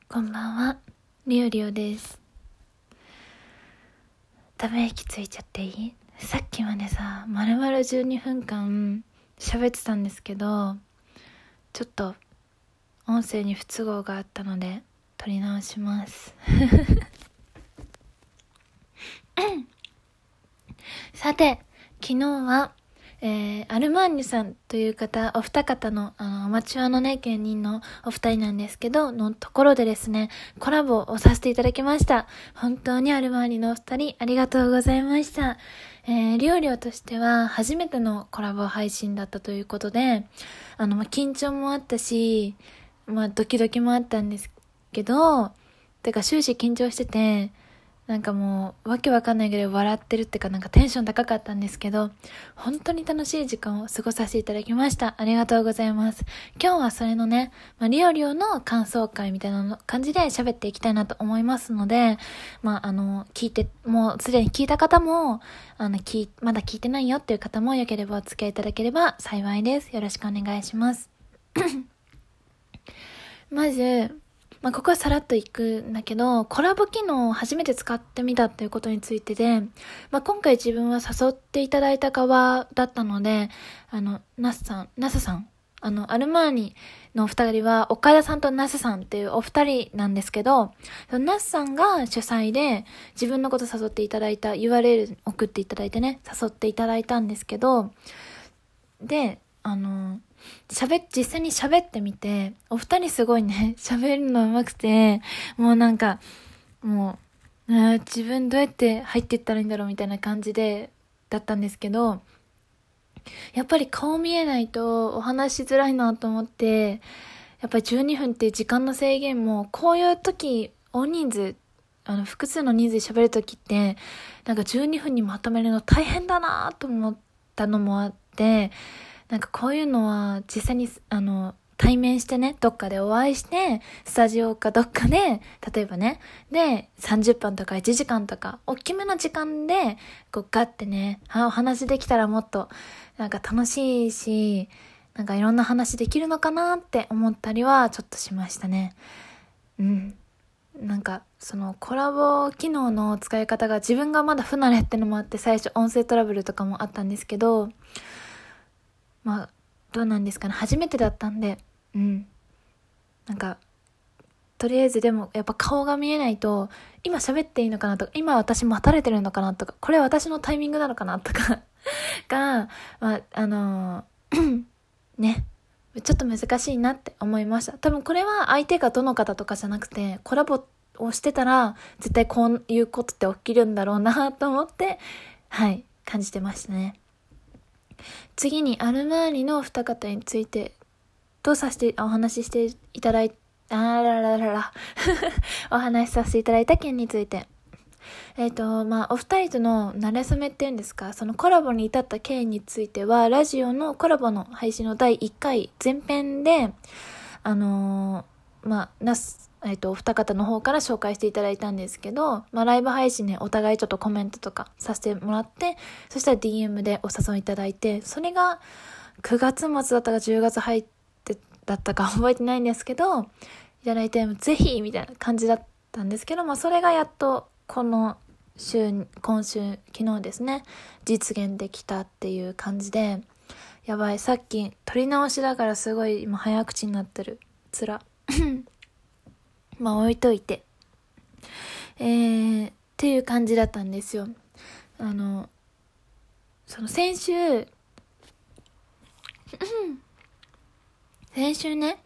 こんばんは、リオリオです。ため息ついちゃっていい？さっきまでさ、丸々12分間喋ってたんですけど、ちょっと音声に不都合があったので撮り直しますさて、昨日はアルマーニさんという方、お二方の、アマチュアのね、芸人のお二人なんですけど、のところでですね、コラボをさせていただきました。本当にアルマーニのお二人、ありがとうございました。リオリオとしては、初めてのコラボ配信だったということで、緊張もあったし、ドキドキもあったんですけど、てか終始緊張してて、なんかもう、わけわかんないぐらい笑ってるってか、なんかテンション高かったんですけど、本当に楽しい時間を過ごさせていただきました。ありがとうございます。今日はそれのね、リオリオの感想会みたいな感じで喋っていきたいなと思いますので、聞いて、もうすでに聞いた方も、まだ聞いてないよっていう方もよければお付き合いいただければ幸いです。よろしくお願いします。まず、ここはさらっといくんだけど、コラボ機能を初めて使ってみたっていうことについてで、今回自分は誘っていただいた側だったので、ナスさん、アルマーニのお二人は、岡田さんとナスさんっていうお二人なんですけど、ナスさんが主催で、自分のこと誘っていただいた、URL 送っていただいてね、誘っていただいたんですけど、で、実際に喋ってみて、お二人すごいね、喋るの上手くて、もうなんか、もう、自分どうやって入っていったらいいんだろうみたいな感じだったんですけど、やっぱり顔見えないとお話しづらいなと思って、やっぱり12分って時間の制限も、こういう時、大人数、複数の人数で喋る時って、なんか12分にまとめるの大変だなと思ったのもあって、なんかこういうのは実際に対面してね、どっかでお会いして、スタジオかどっかで、例えばね、で、30分とか1時間とか、大きめの時間で、こうガッてね、お話できたらもっと、なんか楽しいし、なんかいろんな話できるのかなって思ったりはちょっとしましたね。うん。なんか、そのコラボ機能の使い方が自分がまだ不慣れってのもあって、最初音声トラブルとかもあったんですけど、どうなんですかね。初めてだったんで、なんか、とりあえずでも、やっぱ顔が見えないと、今喋っていいのかなとか、今私待たれてるのかなとか、これ私のタイミングなのかなとかが、ね、ちょっと難しいなって思いました。多分これは相手がどの方とかじゃなくて、コラボをしてたら、絶対こういうことって起きるんだろうなと思って、はい、感じてましたね。次にアルマーニの二方についてお話ししていただいお話しさせていただいた件について。お二人との馴れ初めっていうんですか、そのコラボに至った経緯については、ラジオのコラボの配信の第1回前編で、お二方の方から紹介していただいたんですけど、ライブ配信でお互いちょっとコメントとかさせてもらって、そしたら DM でお誘いいただいて、それが9月末だったか10月入ってだったか覚えてないんですけど、いただいて、ぜひみたいな感じだったんですけど、それがやっと今週、昨日ですね、実現できたっていう感じで、やばい、さっき撮り直しだからすごい今早口になってる。つら。置いといて。っていう感じだったんですよ。先週ね、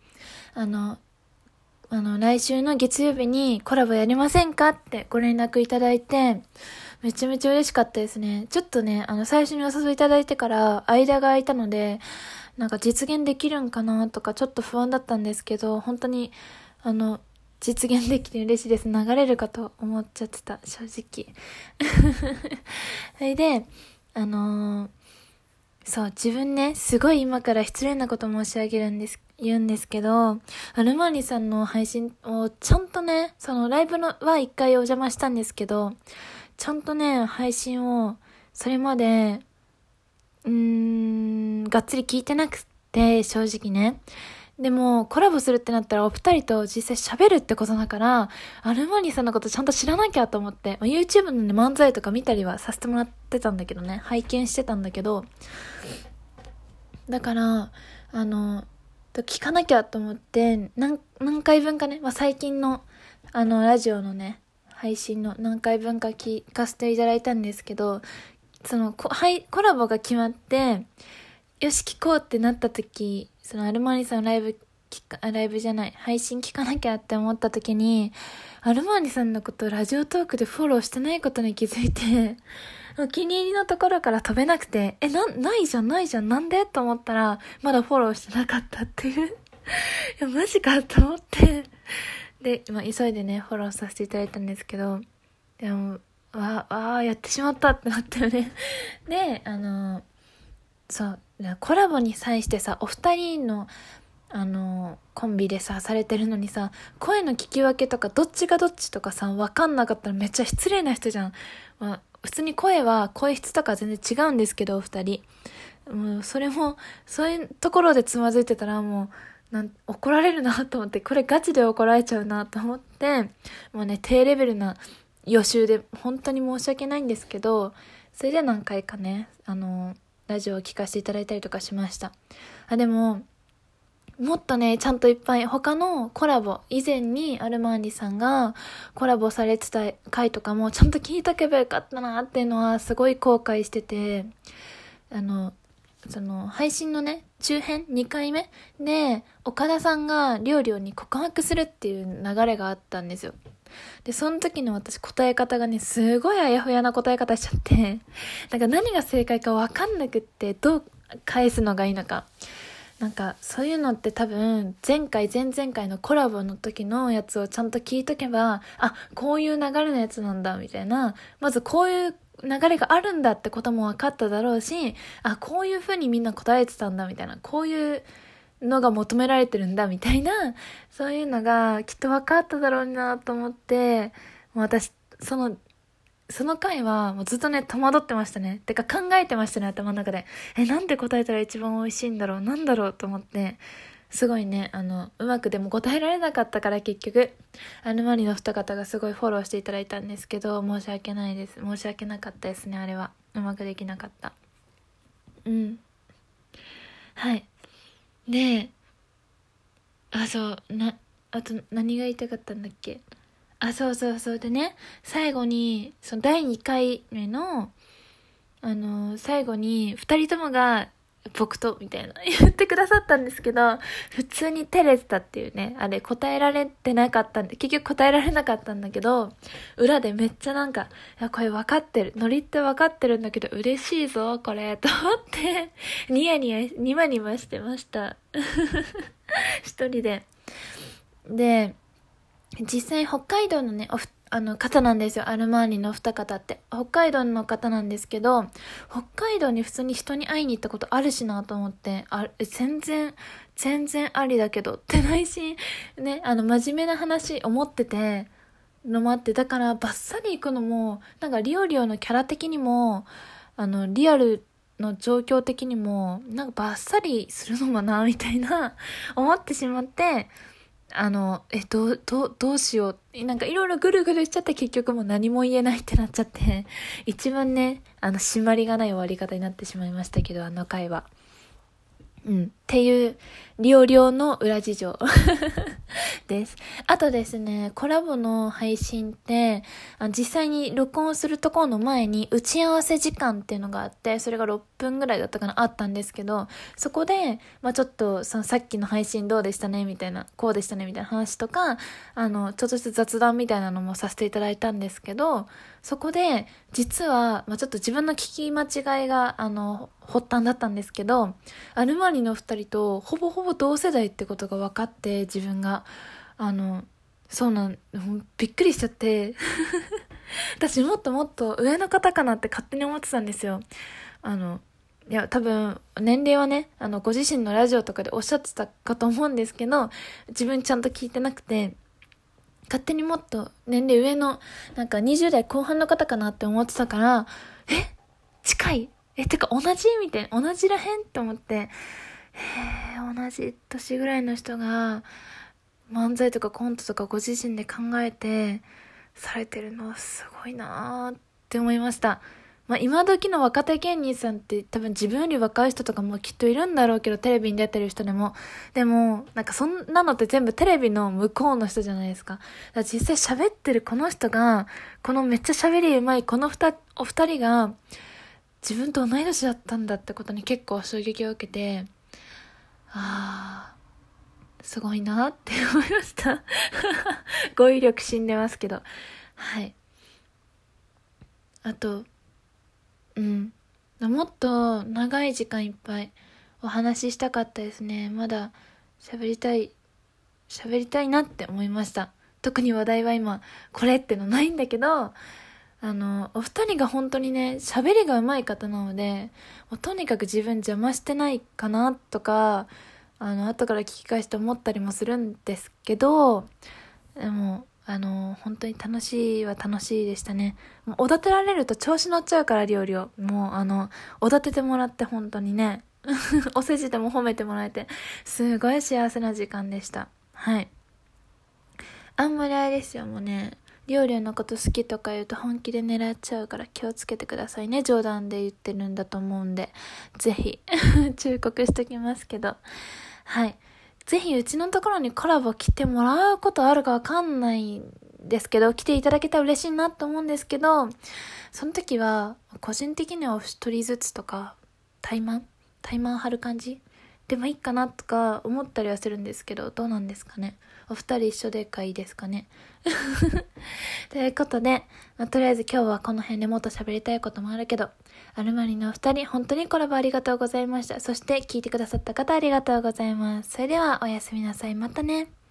来週の月曜日にコラボやりませんかってご連絡いただいて、めちゃめちゃ嬉しかったですね。ちょっとね、最初にお誘いいただいてから間が空いたので、なんか実現できるんかなとかちょっと不安だったんですけど、本当に、実現できて嬉しいです。流れるかと思っちゃってた、正直。それで、そう、自分ね、すごい今から失礼なこと言うんですけど、アルマーニさんの配信をちゃんとね、そのライブのは一回お邪魔したんですけど、ちゃんとね、配信を、それまで、がっつり聞いてなくて、正直ね。 でも、コラボするってなったらお二人と実際喋るってことだから、アルマーニさんのことちゃんと知らなきゃと思って、YouTube のね、漫才とか見たりはさせてもらってたんだけどね、拝見してたんだけど、だから、聞かなきゃと思って、何回分かね、最近の、ラジオのね、配信の何回分か聞かせていただいたんですけど、コラボが決まって、よし聞こうってなった時、そのアルマーニさんの配信聞かなきゃって思った時に、アルマーニさんのことをラジオトークでフォローしてないことに気づいて、お気に入りのところから飛べなくて、ないじゃん、なんでと思ったら、まだフォローしてなかったっていう。いや、マジかと思って。で、急いでね、フォローさせていただいたんですけど、でも、やってしまったってなったよね。で、そう、コラボに際してさ、お二人の、コンビでさ、されてるのにさ、声の聞き分けとか、どっちがどっちとかさ、わかんなかったらめっちゃ失礼な人じゃん。普通に声質とか全然違うんですけど、お二人。もう、それも、そういうところでつまずいてたら、もう、怒られるなと思って、これガチで怒られちゃうなと思って、もうね、低レベルな予習で、本当に申し訳ないんですけど、それで何回かね、ラジオを聞かせていただいたりとかしました。でも、もっとね、ちゃんといっぱい他のコラボ、以前にアルマーニさんがコラボされてた回とかもちゃんと聞いとけばよかったなっていうのはすごい後悔してて、その配信のね、中編2回目で岡田さんがりょうりょうに告白するっていう流れがあったんですよ。で、その時の私答え方がね、すごいあやふやな答え方しちゃって、なんか何が正解かわかんなくって、どう返すのがいいのか。なんかそういうのって多分前々回のコラボの時のやつをちゃんと聞いとけば、こういう流れのやつなんだみたいな、まずこういう流れがあるんだってことも分かっただろうし、こういう風にみんな答えてたんだみたいな、こういうのが求められてるんだみたいな、そういうのがきっと分かっただろうなと思って、もう私その回はもうずっとね、戸惑ってましたね。てか考えてましたね、頭の中で。なんで答えたら一番美味しいんだろう、なんだろうと思って、すごいね、うまくでも答えられなかったから結局、アルマリの二方がすごいフォローしていただいたんですけど、申し訳ないです。申し訳なかったですね、あれは。うまくできなかった。うん。はい。で、あと何が言いたかったんだっけ。そう。でね、最後に、その第2回目の、最後に、二人ともが、僕と、みたいな、言ってくださったんですけど、普通に照れてたっていうね、あれ答えられてなかったんで、結局答えられなかったんだけど、裏でめっちゃなんか、いや、これ分かってる、ノリって分かってるんだけど、嬉しいぞ、これ、と思って、ニマニマしてました。一人で。で、実際北海道のね、方なんですよ。アルマーニの二方って。北海道の方なんですけど、北海道に普通に人に会いに行ったことあるしなと思って、全然ありだけどって内心、ね、真面目な話思ってて、のもあって、だからバッサリ行くのも、なんかリオリオのキャラ的にも、リアルの状況的にも、なんかバッサリするのもな、みたいな、思ってしまって、どうしよう。なんかいろいろぐるぐるしちゃって結局もう何も言えないってなっちゃって、一番ね、締まりがない終わり方になってしまいましたけど、あの回は。っていう、リオリオの裏事情です。あとですね、コラボの配信って、実際に録音するところの前に打ち合わせ時間っていうのがあって、それが6分ぐらいだったかな、あったんですけど、そこで、ちょっと、さっきの配信どうでしたねみたいな、こうでしたねみたいな話とか、ちょっとした雑談みたいなのもさせていただいたんですけど、そこで、実は、ちょっと自分の聞き間違いが、発端だったんですけど、アルマーニの二人とほぼほぼ同世代ってことが分かって、自分が、びっくりしちゃって、私もっと上の方かなって勝手に思ってたんですよ。いや、多分、年齢はね、ご自身のラジオとかでおっしゃってたかと思うんですけど、自分ちゃんと聞いてなくて、勝手にもっと年齢上の、なんか20代後半の方かなって思ってたから、近いてか同じみたいな、同じらへんって思って、 同じ年ぐらいの人が漫才とかコントとかご自身で考えてされてるのはすごいなーって思いました。今時の若手芸人さんって多分自分より若い人とかもきっといるんだろうけど、テレビに出てる人でも。でも、なんかそんなのって全部テレビの向こうの人じゃないですか。だから実際喋ってるこの人が、このめっちゃ喋り上手いこのお二人が、自分と同い年だったんだってことに結構衝撃を受けて、すごいなって思いました。語彙力死んでますけど。はい。あと、もっと長い時間いっぱいお話ししたかったですね。まだ喋りたいなって思いました。特に話題は今、これってのないんだけど、お二人が本当にね、喋りが上手い方なので、とにかく自分邪魔してないかなとか、後から聞き返して思ったりもするんですけど、でも、本当に楽しいは楽しいでしたね。もうおだてられると調子乗っちゃうから料理を。もうおだててもらって本当にね、お世辞でも褒めてもらえて、すごい幸せな時間でした。はい。あんまりあれですよ、もうね、料理のこと好きとか言うと本気で狙っちゃうから気をつけてくださいね。冗談で言ってるんだと思うんで。ぜひ、忠告しときますけど。はい。ぜひうちのところにコラボ来てもらうことあるかわかんないんですけど、来ていただけたら嬉しいなと思うんですけど、その時は、個人的にはお一人ずつとか、タイマン張る感じでもいいかなとか思ったりはするんですけど、どうなんですかね。お二人一緒でかいいですかね。ということで、とりあえず今日はこの辺でもっと喋りたいこともあるけど、アルマリのお二人、本当にコラボありがとうございました。そして聞いてくださった方ありがとうございます。それではおやすみなさい。またね。